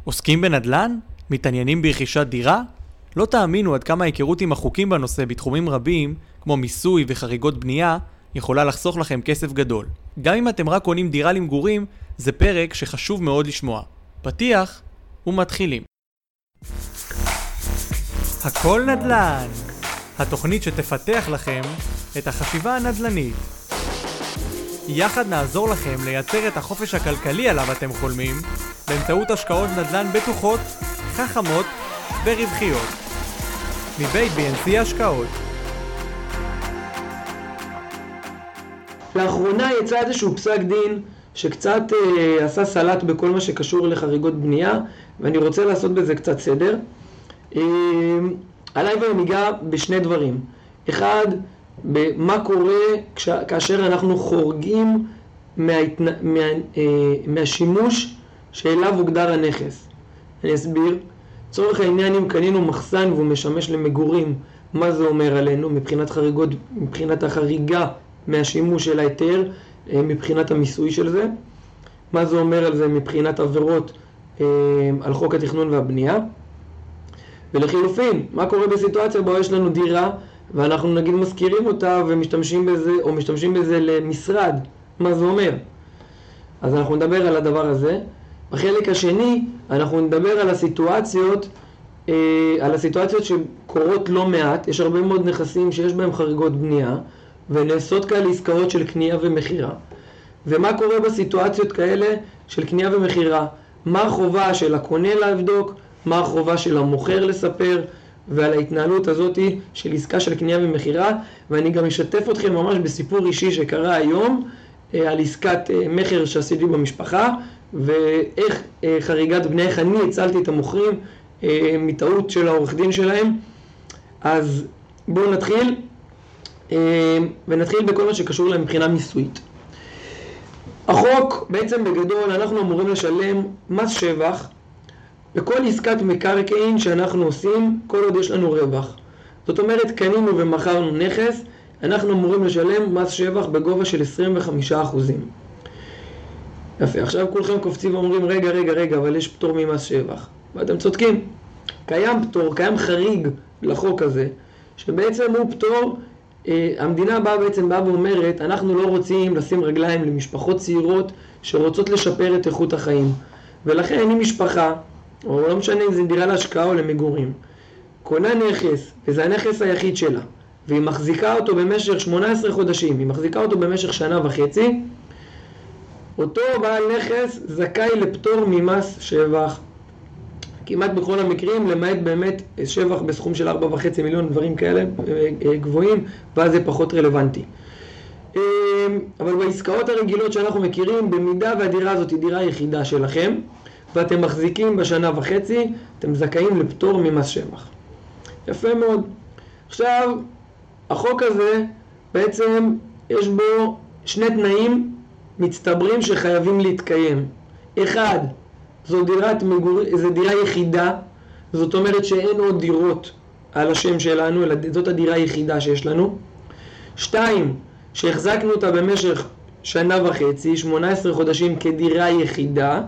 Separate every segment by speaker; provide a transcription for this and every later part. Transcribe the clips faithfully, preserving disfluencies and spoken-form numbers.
Speaker 1: עוסקים בנדל"ן? מתעניינים ברכישת דירה? לא תאמינו עד כמה ההיכרות עם החוקים בנושא בתחומים רבים, כמו מיסוי וחריגות בנייה, יכולה לחסוך לכם כסף גדול. גם אם אתם רק קונים דירה למגורים, זה פרק שחשוב מאוד לשמוע. פתיח ומתחילים. הכל נדל"ן, התוכנית שתפתח לכם את החשיבה הנדל"נית. יחד נעזור לכם לייצר את החופש הכלכלי עליו אתם חולמים, באמצעות השקעות נדל"ן בטוחות, חכמות ורווחיות. מבית בי אן סי השקעות.
Speaker 2: לאחרונה יצא איזשהו פסק דין שקצת אה, עשה סלט בכל מה שקשור לחריגות בנייה, ואני רוצה לעשות בזה קצת סדר. אה, עליי ואני ניגע בשני דברים. אחד, במה קורה כש, כאשר אנחנו חורגים מההתנ... מה, אה, מהשימוש שאליו הוגדר הנכס. אני אסביר. צורך העניין, אם קנינו מחסן והוא משמש למגורים, מה זה אומר עלינו מבחינת חריגות, מבחינת החריגה מהשימוש של ההיתר, מבחינת המיסוי של זה, מה זה אומר על זה מבחינת עבירות אה, על חוק התכנון והבנייה. ולחילופין, מה קורה בסיטואציה בה יש לנו דירה ואנחנו נגיד מזכירים אותה ומשתמשים בזה או משתמשים בזה למשרד, מה זה אומר? אז אנחנו נדבר על הדבר הזה. בחלק השני אנחנו נדבר על הסיטואציות אה, על הסיטואציות שקורות לא מעט. יש הרבה מאוד נכסים שיש בהם חריגות בנייה ונעשות כאלה עסקאות של קנייה ומחירה. ומה קורה בסיטואציות כאלה של קנייה ומחירה? מה החובה של הקונה לבדוק, מה החובה של המוכר לספר, ועל ההתנהלות הזאת של עסקה של קנייה ומחירה. ואני גם אשתף אתכם ממש בסיפור אישי שקרה היום על עסקת מחר שעשיתי במשפחה, ואיך חריגת בנייה, איך אני הצלתי את המוכרים מטעות של העורך דין שלהם. אז בואו נתחיל. ונתחיל בכל מה שקשור להם מבחינה מיסויית. החוק בעצם בגדול אנחנו אמורים לשלם מס שבח בכל עסקת מקרקעין שאנחנו עושים כל עוד יש לנו רווח. זאת אומרת, קנינו ומכרנו נכס, אנחנו אמורים לשלם מס שבח בגובה של עשרים וחמישה אחוז. יפה, עכשיו כולכם קופצים ואומרים רגע רגע רגע אבל יש פטור ממס שבח, ואתם צודקים. קיים פטור, קיים חריג לחוק הזה, שבעצם הוא פטור. המדינה באה בעצם באה ואומרת, אנחנו לא רוצים לשים רגליים למשפחות צעירות שרוצות לשפר את איכות החיים. ולכן אם משפחה, או לא משנה אם זה דירה להשקעה או למגורים, קונה נכס, וזה הנכס היחיד שלה, והיא מחזיקה אותו במשך שמונה עשרה חודשים, היא מחזיקה אותו במשך שנה וחצי, אותו בעל נכס זכאי לפטור ממס שבח. כמעט בכל המקרים, למעט באמת שבח בסכום של ארבע וחצי מיליון, דברים כאלה גבוהים, ואז זה פחות רלוונטי. אבל בעסקאות הרגילות שאנחנו מכירים, במידה והדירה הזאת היא דירה יחידה שלכם, ואתם מחזיקים בשנה וחצי, אתם זכאים לפטור ממס שבח. יפה מאוד. עכשיו, החוק הזה בעצם יש בו שני תנאים מצטברים שחייבים להתקיים. אחד, זו דירת מגור... זו דירה יחידה, זאת אומרת שאין עוד דירות על השם שלנו, אלא זאת הדירה היחידה שיש לנו. שתיים, שהחזקנו אותה במשך שנה וחצי, שמונה עשרה חודשים כדירה יחידה.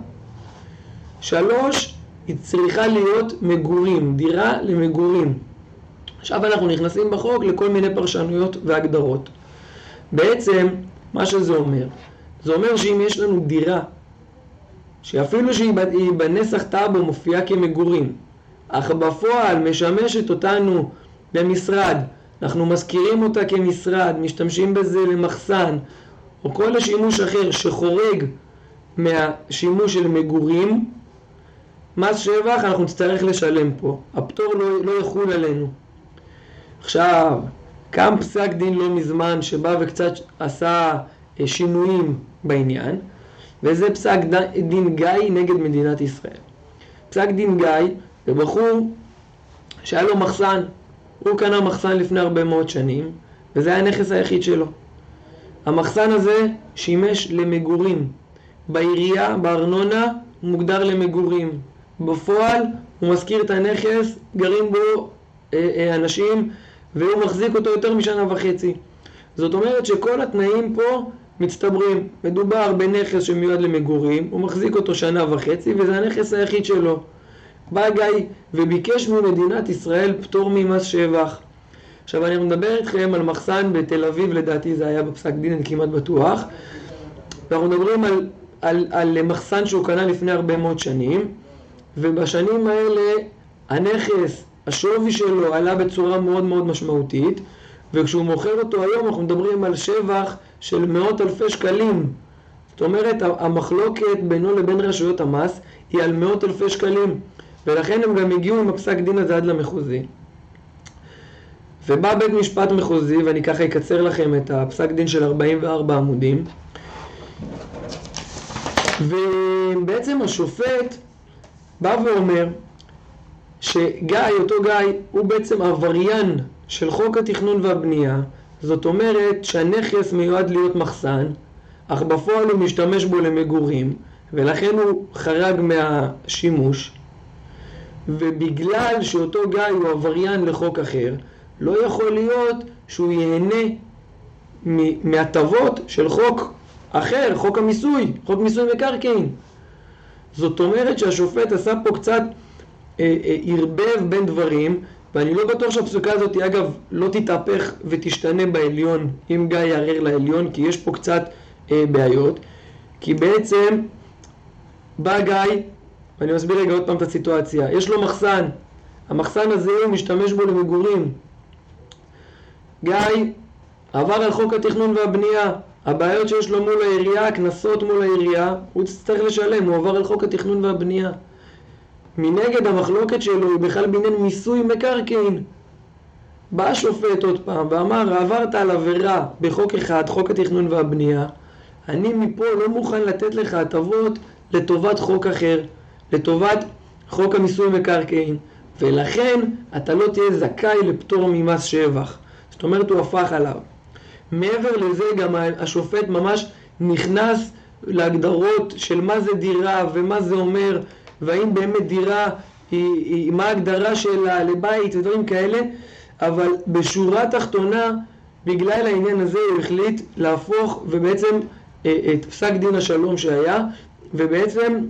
Speaker 2: שלוש, היא צריכה להיות מגורים, דירה למגורים. עכשיו אנחנו נכנסים בחוק לכל מיני פרשנויות והגדרות. בעצם, מה שזה אומר, זה אומר שאם יש לנו דירה, שאפילו שהיא בנסח טאבו מופיעה כמגורים, אך בפועל משמשת אותנו במשרד, אנחנו מזכירים אותה כמשרד, משתמשים בזה למחסן, או כל השימוש אחר שחורג מהשימוש של מגורים, מס שבח אנחנו נצטרך לשלם פה. הפטור לא, לא יחול עלינו. עכשיו, קם פסק דין לא מזמן שבא וקצת עשה שינויים בעניין, וזה פסק דין גיא נגד מדינת ישראל. פסק דין גיא זה בחור שהיה לו מחסן, הוא קנה מחסן לפני הרבה מאוד שנים, וזה היה הנכס היחיד שלו. המחסן הזה שימש למגורים. בעירייה, בארנונה, הוא מוגדר למגורים. בפועל הוא מזכיר את הנכס, גרים בו אה, אה, אנשים, והוא מחזיק אותו יותר משנה וחצי. זאת אומרת שכל התנאים פה מצטברים. מדובר בנכס שמיועד למגורים, הוא מחזיק אותו שנה וחצי וזה הנכס היחיד שלו. בא גיא וביקש ממדינת ישראל פטור ממס שבח. עכשיו אני מדבר איתכם על מחסן בתל אביב, לדעתי זה היה בפסק דין, אני כמעט בטוח. ואנחנו מדברים על, על, על מחסן שהוא קנה לפני הרבה מאוד שנים, ובשנים האלה הנכס, השווי שלו עלה בצורה מאוד מאוד משמעותית, וכשהוא מוכר אותו היום אנחנו מדברים על שבח של מאות אלפי שקלים. זאת אומרת המחלוקת בינו לבין רשויות המס היא על מאות אלפי שקלים, ולכן הם גם הגיעו עם הפסק דין הזה עד למחוזי. ובא בית משפט מחוזי, ואני ככה אקצר לכם את הפסק דין של ארבעים וארבעה עמודים, ובעצם השופט בא ואומר שגיא, אותו גיא, הוא בעצם עבריין של חוק התכנון והבנייה. זאת אומרת שהנכס מיועד להיות מחסן, אך בפועל הוא משתמש בו למגורים, ולכן הוא חרג מהשימוש. ובגלל שאותו גיא הוא עבריין לחוק אחר, לא יכול להיות שהוא ייהנה מהטבות של חוק אחר, חוק המיסוי, חוק מיסוי מקרקעין. זאת אומרת שהשופט עשה פה קצת אה, אה, ערבב בין דברים, ואני לא בטוח שהפסוקה הזאת אגב לא תתהפך ותשתנה בעליון אם גיא יערער לעליון, כי יש פה קצת אה, בעיות. כי בעצם בא גיא, ואני מסביר רגע עוד פעם את הסיטואציה, יש לו מחסן, המחסן הזה הוא משתמש בו למגורים. גיא עבר על חוק התכנון והבנייה, הבעיות שיש לו מול העירייה, הכנסות מול העירייה, הוא צריך לשלם, הוא עבר על חוק התכנון והבנייה. מנגד המחלוקת שלו היא בכלל בעניין מיסוי מקרקעין. בא השופט עוד פעם ואמר, עברת על עבירה בחוק אחד, חוק התכנון והבנייה, אני מפה לא מוכן לתת לך הטבות לטובת חוק אחר, לטובת חוק המיסוי מקרקעין, ולכן אתה לא תהיה זכאי לפטור ממס שבח. זאת אומרת הוא הפך עליו. מעבר לזה גם השופט ממש נכנס להגדרות של מה זה דירה ומה זה אומר, והאם באמת דירה היא, היא מה ההגדרה שלה לבית ודברים כאלה, אבל בשורה תחתונה בגלל העניין הזה הוא החליט להפוך ובעצם את פסק דין השלום שהיה, ובעצם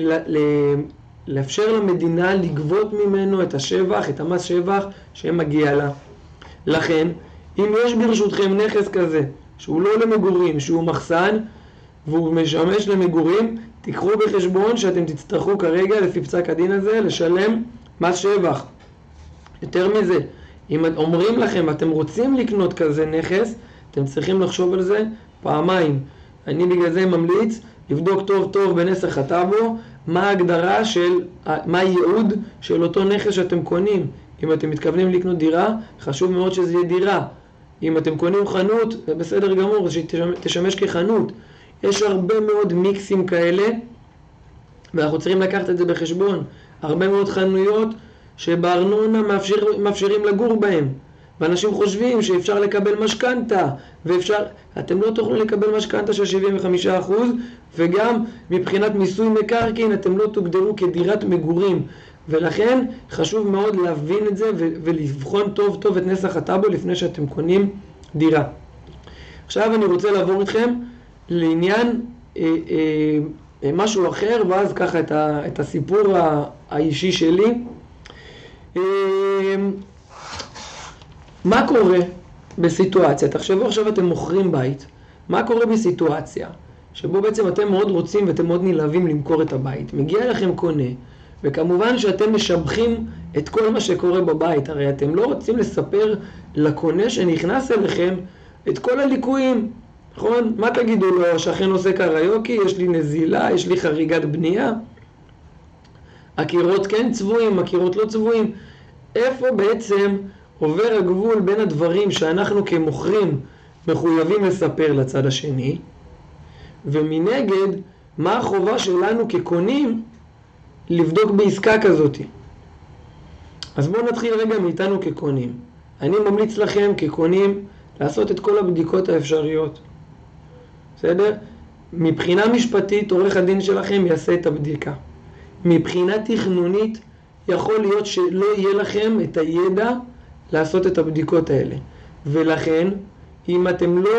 Speaker 2: לאפשר למדינה לגבות ממנו את השבח, את המס שבח שמגיע לה. לכן אם יש ברשותכם נכס כזה שהוא לא למגורים, שהוא מחסן והוא משמש למגורים, תיקחו בחשבון שאתם תצטרכו כרגע לפי פסק הדין הזה לשלם מס שבח. יותר מזה, אם אומרים לכם אתם רוצים לקנות כזה נכס, אתם צריכים לחשוב על זה פעמיים. אני בגלל זה ממליץ לבדוק טוב טוב בנסח הטאבו מה ההגדרה של, מה הייעוד של אותו נכס שאתם קונים. אם אתם מתכוונים לקנות דירה, חשוב מאוד שזה יהיה דירה. אם אתם קונים חנות, זה בסדר גמור, שתשמש כחנות. יש הרבה מאוד מיקסים כאלה, ואנחנו צריכים לקחת את זה בחשבון. הרבה מאוד חנויות שבארנונה מאפשר, מאפשרים לגור בהם. ואנשים חושבים שאפשר לקבל משכנתה, ואפשר, אתם לא תוכלו לקבל משכנתה של שבעים וחמישה אחוז, וגם מבחינת מיסוי מקרקעין אתם לא תוגדרו כדירת מגורים. ולכן חשוב מאוד להבין את זה ולבחון טוב טוב את נסח הטאבו לפני שאתם קונים דירה. עכשיו אני רוצה לעבור איתכם לעניין אה, אה, משהו אחר, ואז ככה את, ה, את הסיפור האישי שלי. אה, מה קורה בסיטואציה? תחשבו עכשיו אתם מוכרים בית. מה קורה בסיטואציה שבו בעצם אתם מאוד רוצים ואתם מאוד נלהבים למכור את הבית? מגיע לכם קונה, וכמובן שאתם משבחים את כל מה שקורה בבית. הרי אתם לא רוצים לספר לקונה שנכנס אליכם את כל הליקויים, נכון? מה תגידו לו? השכן עושה קריוקי, יש לי נזילה, יש לי חריגת בנייה, הקירות כן צבועים, הקירות לא צבועים. איפה בעצם עובר הגבול בין הדברים שאנחנו כמוכרים מחויבים לספר לצד השני, ומנגד מה החובה שלנו כקונים לבדוק בעסקה כזאת? אז בואו נתחיל רגע מאיתנו כקונים. אני ממליץ לכם כקונים לעשות את כל הבדיקות האפשריות. בסדר? מבחינה משפטית עורך הדין שלכם יעשה את הבדיקה. מבחינה תכנונית יכול להיות שלא יהיה לכם את הידע לעשות את הבדיקות האלה. ולכן אם אתם לא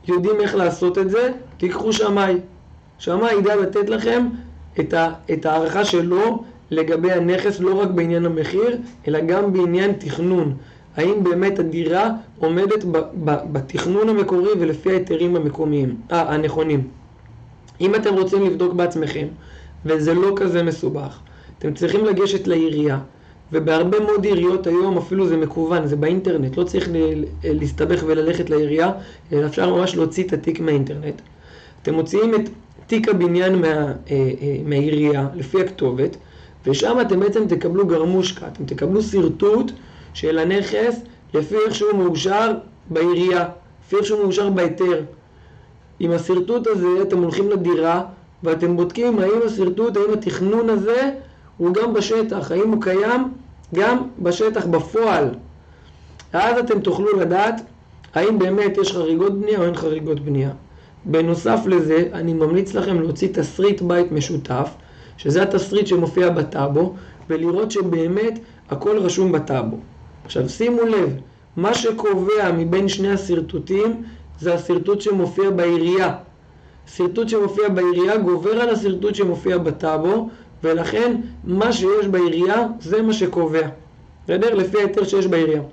Speaker 2: יודעים איך לעשות את זה, תיקחו שמאי. שמאי ידע לתת לכם את, ה, את הערכה שלו לגבי הנכס, לא רק בעניין המחיר, אלא גם בעניין תכנון. האם באמת הדירה עומדת ב, ב, בתכנון המקורי ולפי ההיתרים המקומיים, אה, הנכונים. אם אתם רוצים לבדוק בעצמכם, וזה לא כזה מסובך, אתם צריכים לגשת לעירייה, ובהרבה מאוד עיריות היום אפילו זה מקוון, זה באינטרנט, לא צריך להסתבך וללכת לעירייה, אלא אפשר ממש להוציא את התיק מהאינטרנט. אתם מוציאים את תיק הבניין מה, מהעירייה לפי הכתובת, ושם אתם בעצם תקבלו גרמושקה, אתם תקבלו סרטוט של הנכס לפי איך שהוא מאושר בעירייה, לפי איך שהוא מאושר בהיתר. עם הסרטוט הזה אתם הולכים לדירה, ואתם בודקים האם הסרטוט, האם התכנון הזה הוא גם בשטח, האם הוא קיים גם בשטח בפועל. אז אתם תוכלו לדעת האם באמת יש חריגות בנייה או אין חריגות בנייה. בנוסף לזה, אני ממליץ לכם להוציא תסריט בית משותף, שזה התסריט שמופיע בטאבו, ולראות שבאמת הכל רשום בטאבו. עכשיו שימו לב, מה שקובע מבין שני הסרטוטים זה הסרטוט שמופיע בעירייה. סרטוט שמופיע בעירייה גובר על הסרטוט שמופיע בטאבו, ולכן מה שיש בעירייה זה מה שקובע. בסדר? לפי ההיתר שיש בעירייה.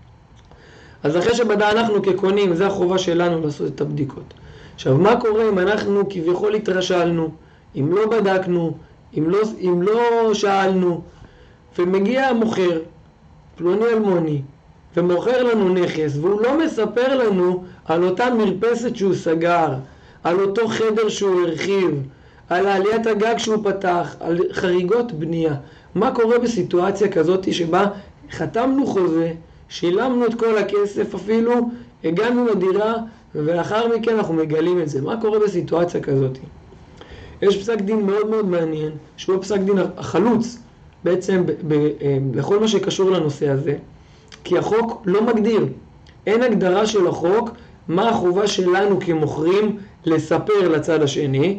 Speaker 2: אז אחרי שבדע אנחנו כקונים, זה החובה שלנו לעשות את הבדיקות. עכשיו מה קורה אם אנחנו כביכול התרשלנו, אם לא בדקנו, אם לא, אם לא שאלנו, ומגיע המוכר, פלוני אלמוני, ומוכר לנו נכס, והוא לא מספר לנו על אותה מרפסת שהוא סגר, על אותו חדר שהוא הרחיב, על עליית הגג שהוא פתח, על חריגות בנייה. מה קורה בסיטואציה כזאת שבה חתמנו חוזה, שילמנו את כל הכסף אפילו, הגענו לדירה, ולאחר מכן אנחנו מגלים את זה. מה קורה בסיטואציה כזאת? יש פסק דין מאוד מאוד מעניין, שהוא פסק דין החלוץ, בעצם ב- ב- בכל מה שקשור לנושא הזה, כי החוק לא מגדיר. אין הגדרה של החוק מה החובה שלנו כמוכרים לספר לצד השני,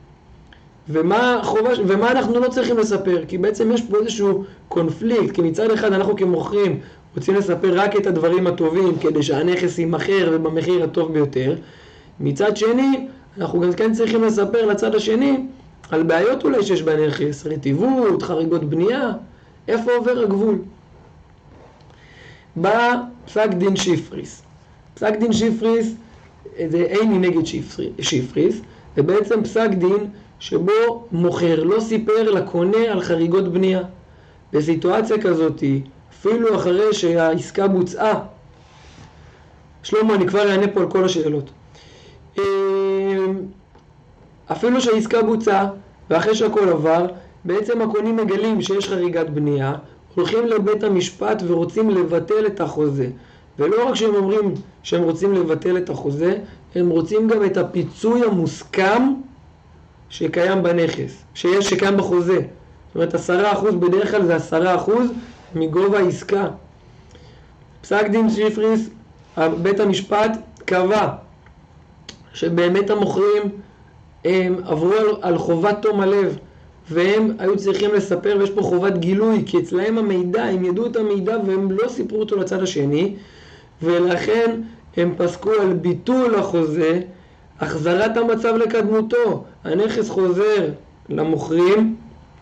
Speaker 2: ומה, החובה, ומה אנחנו לא צריכים לספר, כי בעצם יש פה איזשהו קונפליקט, כי מצד אחד אנחנו כמוכרים רוצים לספר רק את הדברים הטובים, כדי שהנכס יימכר ובמחיר הטוב ביותר. מצד שני, אנחנו גם כן צריכים לספר לצד השני על בעיות אולי שיש בנכס, רטיבות, חריגות בנייה, איפה עובר הגבול. בא פסק דין שיפריס. פסק דין שיפריס זה עיני נגד שיפריס, זה בעצם פסק דין שבו מוכר לא סיפר לקונה על חריגות בנייה. בסיטואציה כזאת, אפילו אחרי שהעסקה בוצעה, שלמה, אני כבר אענה פה על כל השאלות. אפילו שהעסקה בוצעה, ואחרי שהכל עבר, בעצם הקונים מגלים שיש חריגת בנייה, הולכים לבית המשפט ורוצים לבטל את החוזה. ולא רק שהם אומרים שהם רוצים לבטל את החוזה, הם רוצים גם את הפיצוי המוסכם שקיים בנכס, שיש שקיים בחוזה. זאת אומרת, עשרה אחוז בדרך כלל זה עשרה אחוז מגובה העסקה. פסק דין שיפריס, בית המשפט קבע שבאמת המוכרים הם עברו על, על חובת תום הלב, והם היו צריכים לספר, ויש פה חובת גילוי, כי אצלהם המידע, הם ידעו את המידע והם לא סיפרו אותו לצד השני, ולכן הם פסקו על ביטול החוזה, החזרת המצב לקדמותו, הנכס חוזר למוכרים,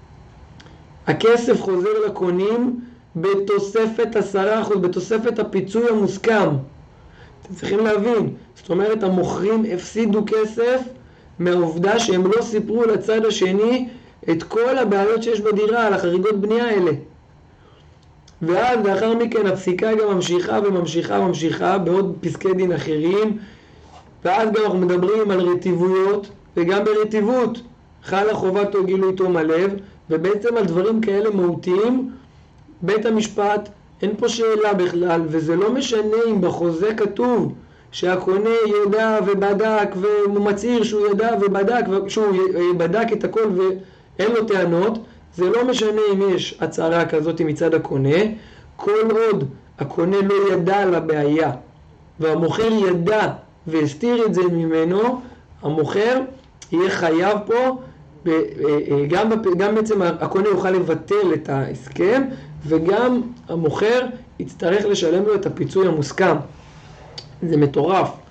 Speaker 2: הכסף חוזר לקונים בתוספת עשרה אחוז, בתוספת הפיצוי המוסכם. אתם צריכים להבין, זאת אומרת המוכרים הפסידו כסף מהעובדה שהם לא סיפרו לצד השני את כל הבעיות שיש בדירה, על החריגות בנייה האלה. ואז לאחר מכן הפסיקה גם ממשיכה וממשיכה וממשיכה בעוד פסקי דין אחרים, ואז גם אנחנו מדברים על רטיבויות, וגם ברטיבות חלה חובת או גילוי תום הלב, ובעצם על דברים כאלה מהותיים, בית המשפט אין פה שאלה בכלל, וזה לא משנה אם בחוזה כתוב שהקונה ידע ובדק, והוא מצהיר שהוא ידע ובדק, שהוא בדק את הכל ואין לו טענות, זה לא משנה אם יש הצהרה כזאת מצד הקונה, כל עוד הקונה לא ידע על הבעיה, והמוכר ידע והסתיר את זה ממנו, המוכר יהיה חייב פה, גם, גם בעצם הקונה יוכל לבטל את ההסכם, וגם המוכר יצטרך לשלם לו את הפיצוי המוסכם. זה מטורף.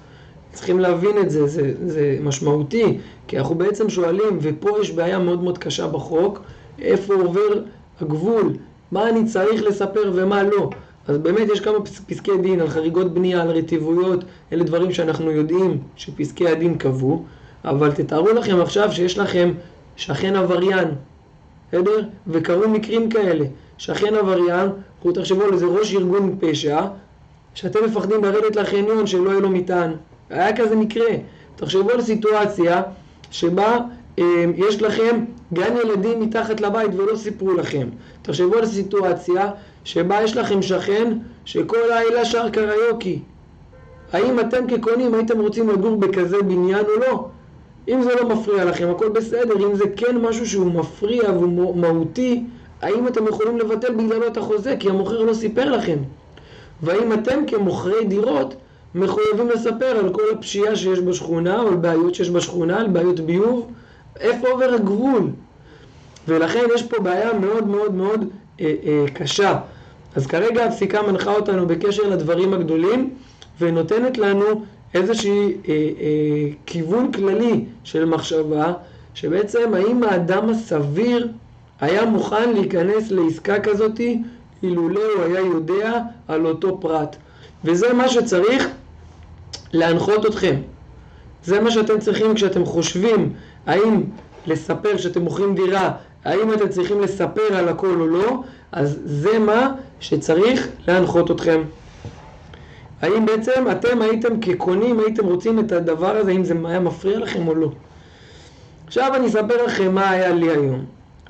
Speaker 2: צריכים להבין את זה, זה, זה משמעותי, כי אנחנו בעצם שואלים, ופה יש בעיה מאוד מאוד קשה בחוק, איפה עובר הגבול, מה אני צריך לספר ומה לא. אז באמת יש כמה פסקי דין על חריגות בנייה, על רטיבויות, אלה דברים שאנחנו יודעים שפסקי הדין קבעו, אבל תתארו לכם עכשיו שיש לכם שכן עבריין, בסדר? וקרו מקרים כאלה, שכן עבריין, אנחנו תחשבו על איזה ראש ארגון פשע, שאתם מפחדים לרדת לחניון שלא יהיה לו מטען. היה כזה מקרה. תחשבו על סיטואציה שבה אה, יש לכם גן ילדים מתחת לבית ולא סיפרו לכם. תחשבו על סיטואציה שבה יש לכם שכן שכל לילה שר קריוקי. האם אתם כקונים הייתם רוצים לגור בכזה בניין או לא? אם זה לא מפריע לכם, הכל בסדר. אם זה כן משהו שהוא מפריע והוא מהותי, האם אתם יכולים לבטל בגללו את החוזה כי המוכר לא סיפר לכם? והאם אתם כמוכרי דירות מחויבים לספר על כל הפשיעה שיש בשכונה, או על בעיות שיש בשכונה, על בעיות ביוב? איפה עובר הגבול? ולכן יש פה בעיה מאוד מאוד מאוד אה, אה, קשה. אז כרגע הפסיקה מנחה אותנו בקשר לדברים הגדולים, ונותנת לנו איזושהי אה, אה, כיוון כללי של מחשבה, שבעצם האם האדם הסביר היה מוכן להיכנס לעסקה כזאת, אילולא הוא היה יודע על אותו פרט. וזה מה שצריך להנחות אתכם. זה מה שאתם צריכים כשאתם חושבים האם לספר שאתם מוכרים דירה, האם אתם צריכים לספר על הכל או לא, אז זה מה שצריך להנחות אתכם. האם בעצם אתם הייתם כקונים, הייתם רוצים את הדבר הזה, האם זה היה מפריע לכם או לא. עכשיו אני אספר לכם מה היה לי היום.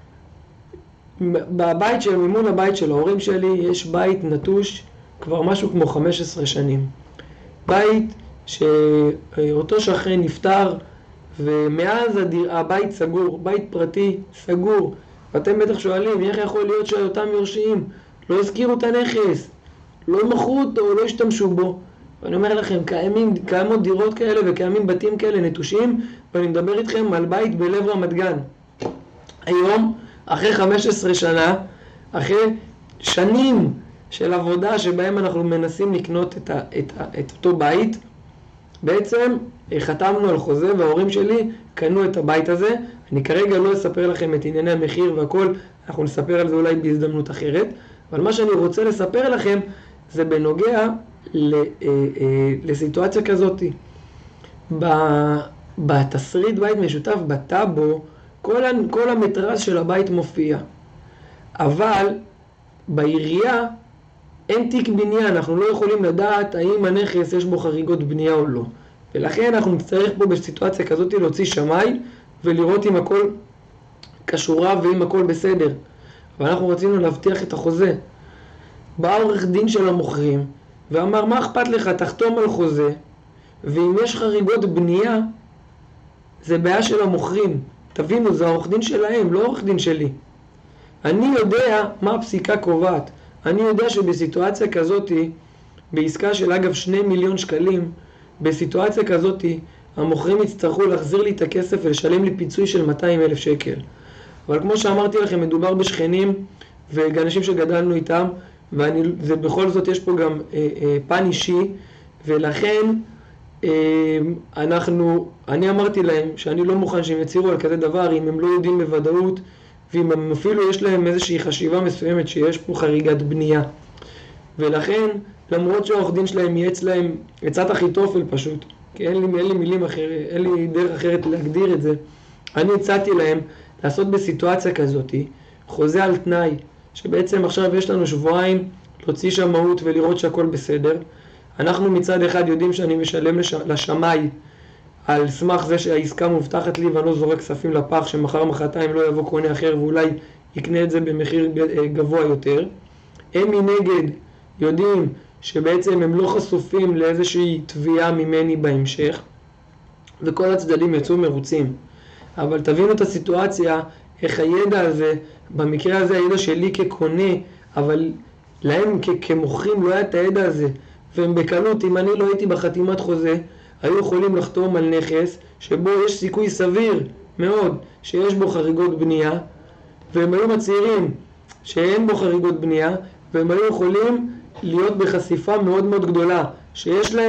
Speaker 2: בבית של, ממול הבית של ההורים שלי, יש בית נטוש כבר משהו כמו חמש עשרה שנים. בית שאותו שכן נפטר, ומאז הדיר, הבית סגור, בית פרטי סגור. ואתם בטח שואלים, איך יכול להיות שאותם יורשים לא הזכירו את הנכס, לא מכרו אותו, לא השתמשו בו? ואני אומר לכם, קיימים, קיימות דירות כאלה וקיימים בתים כאלה נטושים, ואני מדבר איתכם על בית בלב רמת גן. היום, אחרי חמש עשרה שנה, אחרי שנים של עבודה שבהם אנחנו מנסים לקנות את, ה, את, ה, את אותו בית, בעצם חתמנו על חוזה וההורים שלי קנו את הבית הזה. אני כרגע לא אספר לכם את ענייני המחיר והכל, אנחנו נספר על זה אולי בהזדמנות אחרת, אבל מה שאני רוצה לספר לכם זה בנוגע ל, אה, אה, לסיטואציה כזאת. בתסריט בית משותף, בטאבו, כל, כל המטרז של הבית מופיע, אבל בעירייה אין תיק בנייה, אנחנו לא יכולים לדעת האם הנכס יש בו חריגות בנייה או לא. ולכן אנחנו נצטרך פה בסיטואציה כזאת להוציא שמאי ולראות אם הכל קשורה ואם הכל בסדר. אבל אנחנו רצינו להבטיח את החוזה. בא עורך דין של המוכרים ואמר, מה אכפת לך, תחתום על חוזה, ואם יש חריגות בנייה זה בעיה של המוכרים. תבינו, זה העורך דין שלהם, לא עורך דין שלי. אני יודע מה הפסיקה קובעת. אני יודע שבסיטואציה כזאת, בעסקה של אגב שני מיליון שקלים, בסיטואציה כזאת המוכרים יצטרכו להחזיר לי את הכסף ולשלם לי פיצוי של מאתיים אלף שקל. אבל כמו שאמרתי לכם, מדובר בשכנים ואנשים שגדלנו איתם, ובכל זאת יש פה גם אה, אה, פן אישי, ולכן אה, אנחנו, אני אמרתי להם שאני לא מוכן שהם יצירו על כזה דבר אם הם לא יודעים בוודאות, ואם הם אפילו יש להם איזושהי חשיבה מסוימת שיש פה חריגת בנייה. ולכן, למרות שהעורך דין שלהם ייעץ להם עצת אחיתופל פשוט, כי אין לי, אין לי מילים אחרת, אין לי דרך אחרת להגדיר את זה, אני הצעתי להם לעשות בסיטואציה כזאת חוזה על תנאי, שבעצם עכשיו יש לנו שבועיים להוציא שמאות ולראות שהכל בסדר. אנחנו מצד אחד יודעים שאני משלם לש... לשמאי על סמך זה שהעסקה מובטחת לי ואני לא זורק כספים לפח שמחר מחרתיים לא יבוא קונה אחר ואולי יקנה את זה במחיר גבוה יותר. הם מנגד יודעים שבעצם הם לא חשופים לאיזושהי תביעה ממני בהמשך, וכל הצדדים יצאו מרוצים. אבל תבינו את הסיטואציה, איך הידע הזה, במקרה הזה הידע שלי כקונה, אבל להם כ- כמוכרים לא היה את הידע הזה, והם בקלות, אם אני לא הייתי בחתימת חוזה, היו יכולים לחתום על נכס שבו יש סיכוי סביר מאוד שיש בו חריגות בנייה, והם היו מצהירים שאין בו חריגות בנייה, והם היו יכולים להיות בחשיפה מאוד מאוד גדולה, שיש להם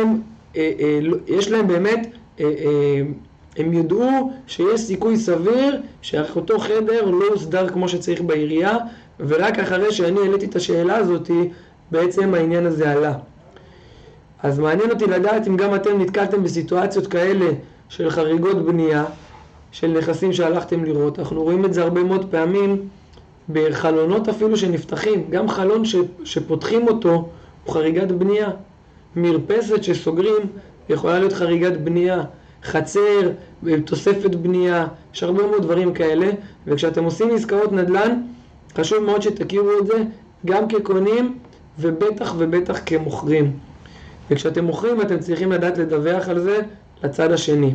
Speaker 2: אה, אה, יש להם באמת, אה, אה, הם ידעו שיש סיכוי סביר שאותו חדר לא הוסדר כמו שצריך בעירייה, ורק אחרי שאני העליתי את השאלה הזאת, בעצם העניין הזה עלה. אז מעניין אותי לדעת אם גם אתם נתקלתם בסיטואציות כאלה של חריגות בנייה, של נכסים שהלכתם לראות. אנחנו רואים את זה הרבה מאוד פעמים בחלונות אפילו שנפתחים. גם חלון ש, שפותחים אותו הוא חריגת בנייה. מרפסת שסוגרים יכולה להיות חריגת בנייה. חצר, תוספת בנייה, יש הרבה מאוד דברים כאלה. וכשאתם עושים עסקאות נדל"ן, חשוב מאוד שתכירו את זה גם כקונים ובטח ובטח כמוכרים. וכשאתם מוכרים אתם צריכים לדעת לדווח על זה לצד השני.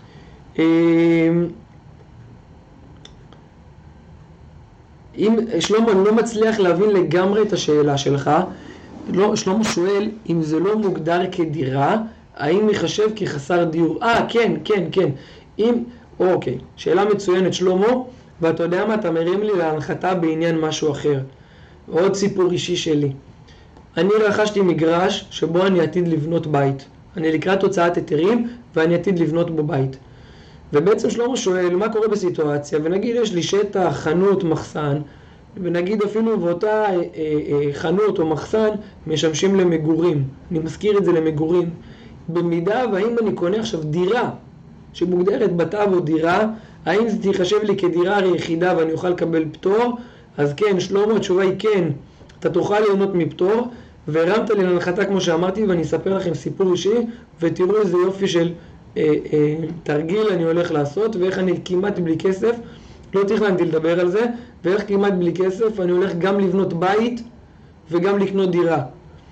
Speaker 2: אם שלמה לא מצליח להבין לגמרי את השאלה שלך, לא, שלמה שואל אם זה לא מוגדר כדירה, האם ייחשב כחסר דיור? אה, כן, כן, כן. אם, אוקיי, שאלה מצוינת שלמה, ואתה יודע מה, אתה מרים לי להנחתה בעניין משהו אחר. עוד סיפור אישי שלי. אני רכשתי מגרש שבו אני עתיד לבנות בית. אני לקראת הוצאת היתרים ואני עתיד לבנות בו בית. ובעצם שלמה שואל מה קורה בסיטואציה, ונגיד יש לי שטח, חנות, מחסן, ונגיד אפילו באותה אה, אה, חנות או מחסן משמשים למגורים. אני מזכיר את זה למגורים. במידה והאם אני קונה עכשיו דירה שמוגדרת בטאבו דירה, האם זה תיחשב לי כדירה יחידה ואני אוכל לקבל פטור? אז כן, שלמה, התשובה היא כן. אתה תוכל ליהנות מפטור, והרמת לי להנחתה כמו שאמרתי, ואני אספר לכם סיפור אישי, ותראו איזה יופי של אה, אה, תרגיל אני הולך לעשות, ואיך אני כמעט בלי כסף, לא תכננתי לדבר על זה, ואיך כמעט בלי כסף אני הולך גם לבנות בית, וגם לקנות דירה.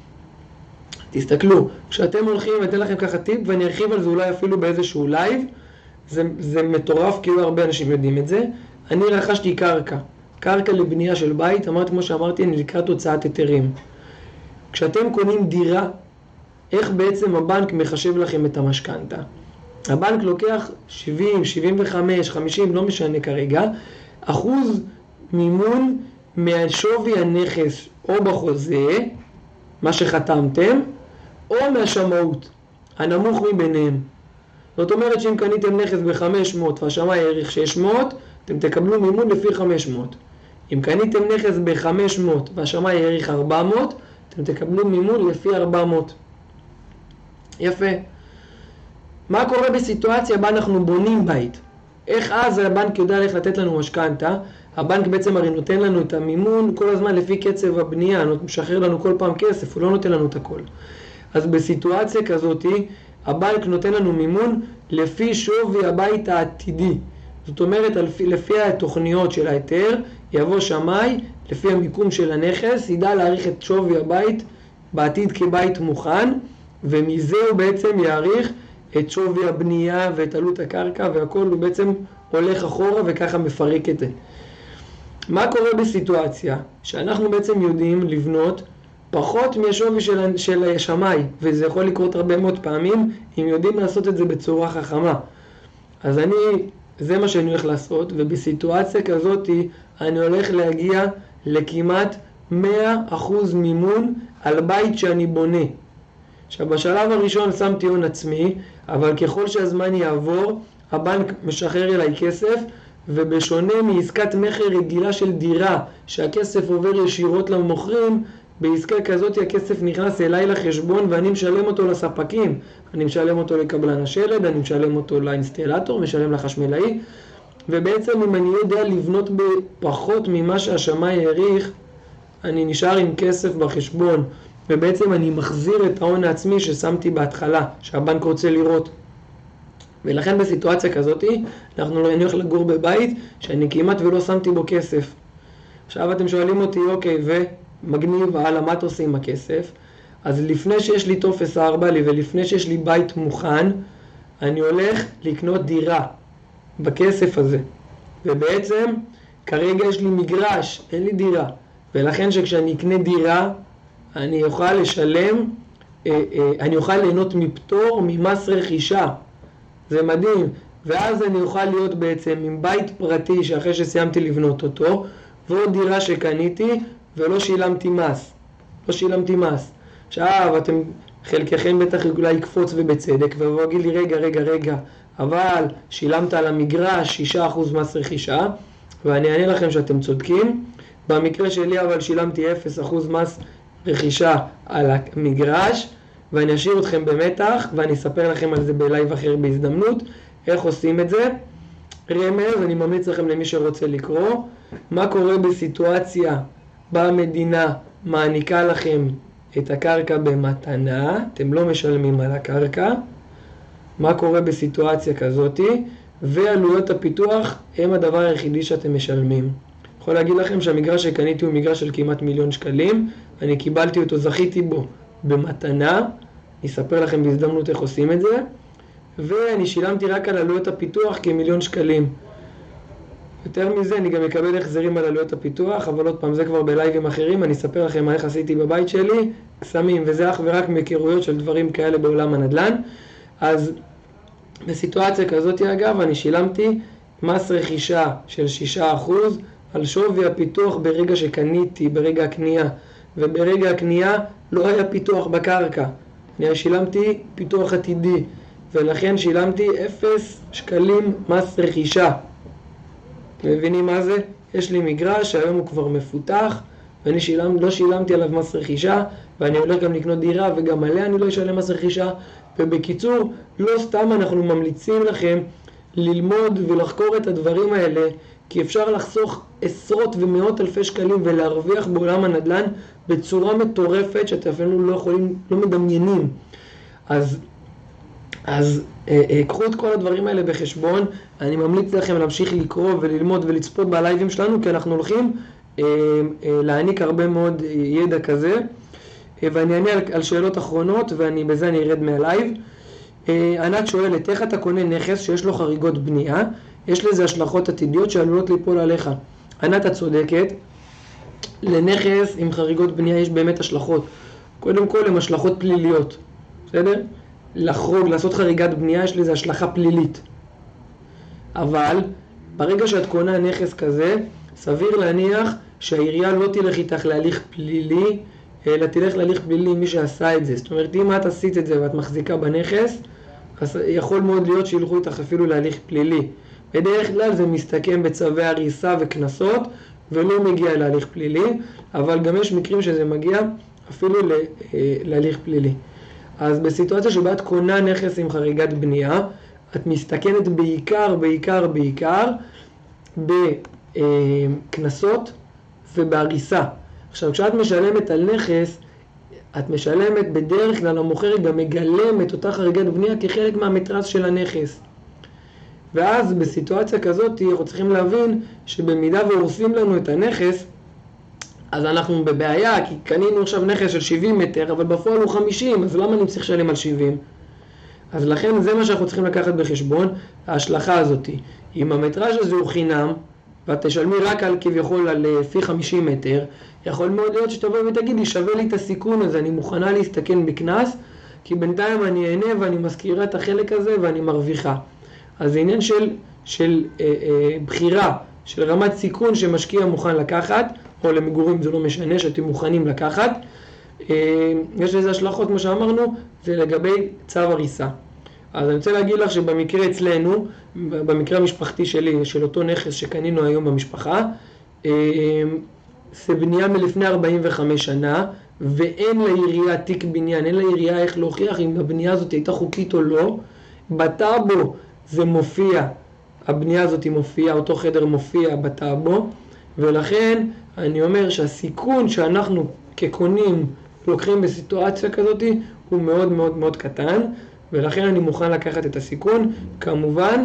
Speaker 2: תסתכלו, כשאתם הולכים, אני אתן לכם ככה טיפ, ואני ארחיב על זה אולי אפילו באיזשהו לייב, זה, זה מטורף, כאילו הרבה אנשים יודעים את זה. אני רכשתי קרקע. קרקע לבנייה של בית, אמרתי כמו שאמרתי, אני לקראת הוצאת היתרים. כשאתם קונים דירה, איך בעצם הבנק מחשב לכם את המשכנתה? הבנק לוקח שבעים, שבעים וחמש, חמישים, לא משנה כרגע, אחוז מימון מהשווי הנכס או בחוזה, מה שחתמתם, או מהשמאות, הנמוך מביניהם. זאת אומרת שאם קניתם נכס ב-חמש מאות והשמאי העריך שש מאות, אתם תקבלו מימון לפי חמש מאות. אם קניתם נכס ב-חמש מאות והשמאי העריך ארבע מאות, אתם תקבלו מימון לפי ארבע מאות. יפה. מה קורה בסיטואציה בה אנחנו בונים בית? איך אז הבנק יודע איך לתת לנו משכנתה? הבנק בעצם הרי נותן לנו את המימון כל הזמן לפי קצב הבנייה, משחרר לנו כל פעם כסף, הוא לא נותן לנו את הכל. אז בסיטואציה כזאת, הבנק נותן לנו מימון לפי שווי הבית העתידי. זאת אומרת, לפי התוכניות של ההיתר, יבוא שמאי, לפי המיקום של הנכס, ידע להעריך את שווי הבית בעתיד כבית מוכן, ומזה הוא בעצם יעריך את שווי הבנייה ואת עלות הקרקע, והכל הוא בעצם הולך אחורה וככה מפרק את זה. מה קורה בסיטואציה שאנחנו בעצם יודעים לבנות פחות מהשווי של, של שמאי, וזה יכול לקרות הרבה מאוד פעמים אם יודעים לעשות את זה בצורה חכמה. אז אני, זה מה שאני הולך לעשות, ובסיטואציה כזאת אני הולך להגיע לכמעט מאה אחוז מימון על בית שאני בונה. עכשיו בשלב הראשון שמתי הון עצמי, אבל ככל שהזמן יעבור, הבנק משחרר אליי כסף, ובשונה מעסקת מחר רגילה של דירה, שהכסף עובר ישירות למוכרים, בעסקה כזאת הכסף נכנס אליי לחשבון ואני משלם אותו לספקים. אני משלם אותו לקבלן השלד, אני משלם אותו לאינסטלטור, משלם לחשמלאי, ובעצם אם אני יודע לבנות בפחות ממה שהשמאי העריך, אני נשאר עם כסף בחשבון, ובעצם אני מחזיר את ההון העצמי ששמתי בהתחלה, שהבנק רוצה לראות. ולכן בסיטואציה כזאת, אנחנו לא נלך לגור בבית שאני כמעט ולא שמתי בו כסף. עכשיו אתם שואלים אותי, אוקיי, ומגניב, הלאה, מה אתה עושה עם הכסף? אז לפני שיש לי טופס ארבע לי ולפני שיש לי בית מוכן, אני הולך לקנות דירה בכסף הזה. ובעצם כרגע יש לי מגרש, אין לי דירה. ולכן שכשאני אקנה דירה, אני אוכל לשלם, אני אוכל ליהנות מפטור ממס רכישה. זה מדהים. ואז אני אוכל להיות בעצם עם בית פרטי שאחרי שסיימתי לבנות אותו, ועוד דירה שקניתי ולא שילמתי מס. לא שילמתי מס. עכשיו, אתם חלקכם בטח אולי יקפוץ ובצדק, והוא יגיד לי רגע, רגע, רגע, אבל שילמת על המגרש שישה אחוז מס רכישה, ואני אענה לכם שאתם צודקים. במקרה שלי אבל שילמתי אפס אחוז מס רכישה על המגרש, ואני אשאיר אתכם במתח, ואני אספר לכם על זה בלייב אחר בהזדמנות, איך עושים את זה. רמז, אני ממליץ לכם למי שרוצה לקרוא, מה קורה בסיטואציה בה המדינה מעניקה לכם את הקרקע במתנה, אתם לא משלמים על הקרקע, מה קורה בסיטואציה כזאתי, ועלויות הפיתוח הם הדבר היחידי שאתם משלמים. יכול להגיד לכם שהמגרש שקניתי הוא מגרש של כמעט מיליון שקלים, אני קיבלתי אותו, זכיתי בו במתנה, אני אספר לכם בהזדמנות איך עושים את זה, ואני שילמתי רק על עלויות הפיתוח כמיליון שקלים. יותר מזה, אני גם מקבל החזרים על עלויות הפיתוח, אבל עוד פעם, זה כבר בלייבים אחרים, אני אספר לכם מה איך עשיתי בבית שלי, קסמים, וזה אך ורק מהיכרויות של דברים כאלה בעולם הנדל"ן. אז בסיטואציה כזאת, אגב, אני שילמתי מס רכישה של שישה אחוז על שווי הפיתוח ברגע שקניתי, ברגע הקנייה, וברגע הקנייה לא היה פיתוח בקרקע. אני שילמתי פיתוח עתידי, ולכן שילמתי אפס שקלים מס רכישה. אתם מבינים מה זה? יש לי מגרש שהיום הוא כבר מפותח, ואני שילם, לא שילמתי עליו מס רכישה, ואני הולך גם לקנות דירה, וגם עליה אני לא אשלם מס רכישה. ובקיצור, לא סתם אנחנו ממליצים לכם ללמוד ולחקור את הדברים האלה, כי אפשר לחסוך עשרות ומאות אלפי שקלים ולהרוויח בעולם הנדל"ן בצורה מטורפת שאתם אפילו לא יכולים, לא מדמיינים. אז, אז אה, אה, קחו את כל הדברים האלה בחשבון. אני ממליץ לכם להמשיך לקרוא וללמוד ולצפות בלייבים שלנו, כי אנחנו הולכים אה, אה, להעניק הרבה מאוד ידע כזה. אה, ואני אענה על, על שאלות אחרונות, ואני בזה אני ארד מהלייב. אה, ענת שואלת, איך אתה קונה נכס שיש לו חריגות בנייה? יש לזה השלכות עתידיות שעלולות ליפול עליך. ענת, את צודקת, לנכס עם חריגות בנייה יש באמת השלכות. קודם כל הם השלכות פליליות, בסדר? לחרוג, לעשות חריגת בנייה יש לזה השלכה פלילית. אבל ברגע שאת קונה נכס כזה, סביר להניח שהעירייה לא תלך איתך להליך פלילי, אלא תלך להליך פלילי מי שעשה את זה. זאת אומרת, אם את עשית את זה ואת מחזיקה בנכס, אז יכול מאוד להיות שילכו איתך אפילו להליך פלילי. בדרך כלל זה מסתכם בצווי הריסה וכנסות, ולא מגיע להליך פלילי, אבל גם יש מקרים שזה מגיע אפילו להליך פלילי. אז בסיטואציה שבה את קונה נכס עם חריגת בנייה, את מסתכנת בעיקר, בעיקר, בעיקר בכנסות ובהריסה. עכשיו, כשאת משלמת על נכס, את משלמת בדרך כלל, המוכר גם מגלם את אותה חריגת בנייה כחלק מהמטרז של הנכס. ואז בסיטואציה כזאת אנחנו צריכים להבין שבמידה והורסים לנו את הנכס, אז אנחנו בבעיה, כי קנינו עכשיו נכס של שבעים מטר, אבל בפועל הוא חמישים, אז למה אני צריך לשלם על שבעים? אז לכן זה מה שאנחנו צריכים לקחת בחשבון, ההשלכה הזאת. אם המטראז' הזה הוא חינם, ואת תשלמי רק על כביכול על פי חמישים מטר, יכול מאוד להיות שתבוא ותגיד, שווה לי את הסיכון הזה, אני מוכנה להסתכן בכנס, כי בינתיים אני אענה ואני מזכירה את החלק הזה ואני מרוויחה. אז זה עניין של, של אה, אה, בחירה, של רמת סיכון שמשקיע מוכן לקחת, או למגורים זה לא משנה שאתם מוכנים לקחת. אה, יש לזה השלכות, כמו שאמרנו, זה לגבי צו הריסה. אז אני רוצה להגיד לך שבמקרה אצלנו, במקרה המשפחתי שלי, של אותו נכס שקנינו היום במשפחה, אה, זה בנייה מלפני ארבעים וחמש שנה, ואין לעירייה תיק בניין, אין לעירייה איך להוכיח אם הבנייה הזאת הייתה חוקית או לא. בטאבו זה מופיע, הבנייה הזאת מופיעה, אותו חדר מופיע בטאבו, ולכן אני אומר שהסיכון שאנחנו כקונים לוקחים בסיטואציה כזאת הוא מאוד מאוד מאוד קטן, ולכן אני מוכן לקחת את הסיכון, כמובן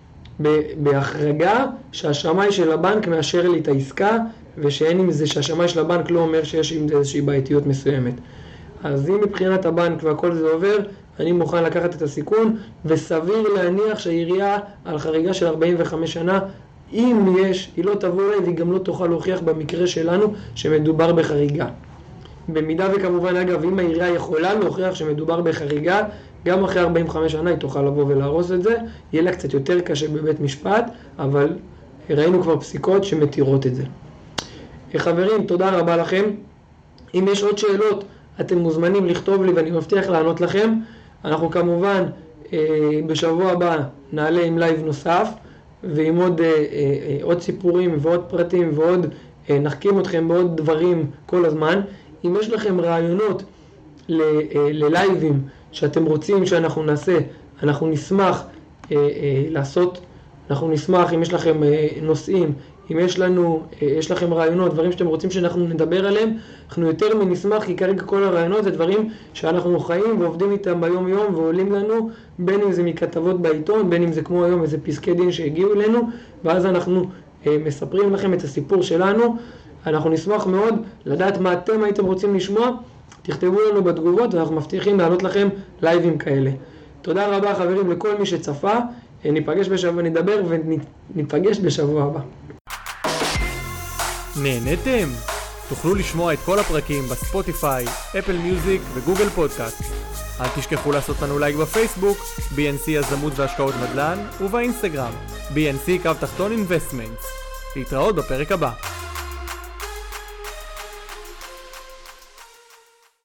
Speaker 2: בהחרגה שהשמאי של הבנק מאשר לי את העסקה, ושאין עם זה שהשמאי של הבנק לא אומר שיש עם זה איזושהי בעייתיות מסוימת. אז אם מבחינת הבנק והכל זה עובר, אני מוכן לקחת את הסיכון, וסביר להניח שהעירייה על חריגה של ארבעים וחמש שנה, אם יש, היא לא תבוא אליי והיא גם לא תוכל להוכיח במקרה שלנו שמדובר בחריגה. במידה וכמובן, אגב, אם העירייה יכולה להוכיח שמדובר בחריגה, גם אחרי ארבעים וחמש שנה היא תוכל לבוא ולהרוס את זה, יהיה לה קצת יותר קשה בבית משפט, אבל ראינו כבר פסיקות שמתירות את זה. חברים, תודה רבה לכם. אם יש עוד שאלות, אתם מוזמנים לכתוב לי ואני מבטיח לענות לכם. אנחנו כמובן בשבוע הבא נעלה עם לייב נוסף ועם עוד, עוד סיפורים ועוד פרטים ועוד נחכים אתכם בעוד דברים כל הזמן. אם יש לכם רעיונות ללייבים שאתם רוצים שאנחנו נעשה, אנחנו נשמח לעשות, אנחנו נשמח אם יש לכם נושאים, אם יש לנו, יש לכם רעיונות, דברים שאתם רוצים שאנחנו נדבר עליהם, אנחנו יותר מנשמח, כי כרגע כל הרעיונות זה דברים שאנחנו חיים ועובדים איתם ביום יום ועולים לנו, בין אם זה מכתבות בעיתון, בין אם זה כמו היום איזה פסקי דין שהגיעו אלינו, ואז אנחנו אה, מספרים לכם את הסיפור שלנו. אנחנו נשמח מאוד לדעת מה אתם הייתם רוצים לשמוע, תכתבו לנו בתגובות ואנחנו מבטיחים להעלות לכם לייבים כאלה. תודה רבה חברים לכל מי שצפה, ניפגש בשבוע, נדבר וניפגש בשבוע הבא.
Speaker 1: נהנתם? תוכלו לשמוע את כל הפרקים בספוטיפיי, אפל מיוזיק וגוגל פודקאסט. אל תשכחו לעשות לנו לייק בפייסבוק, בי אן סי יזמות והשקעות נדל"ן, ובאינסטגרם, בי אן סי קו תחתון אינבסטמנטס. להתראות בפרק הבא.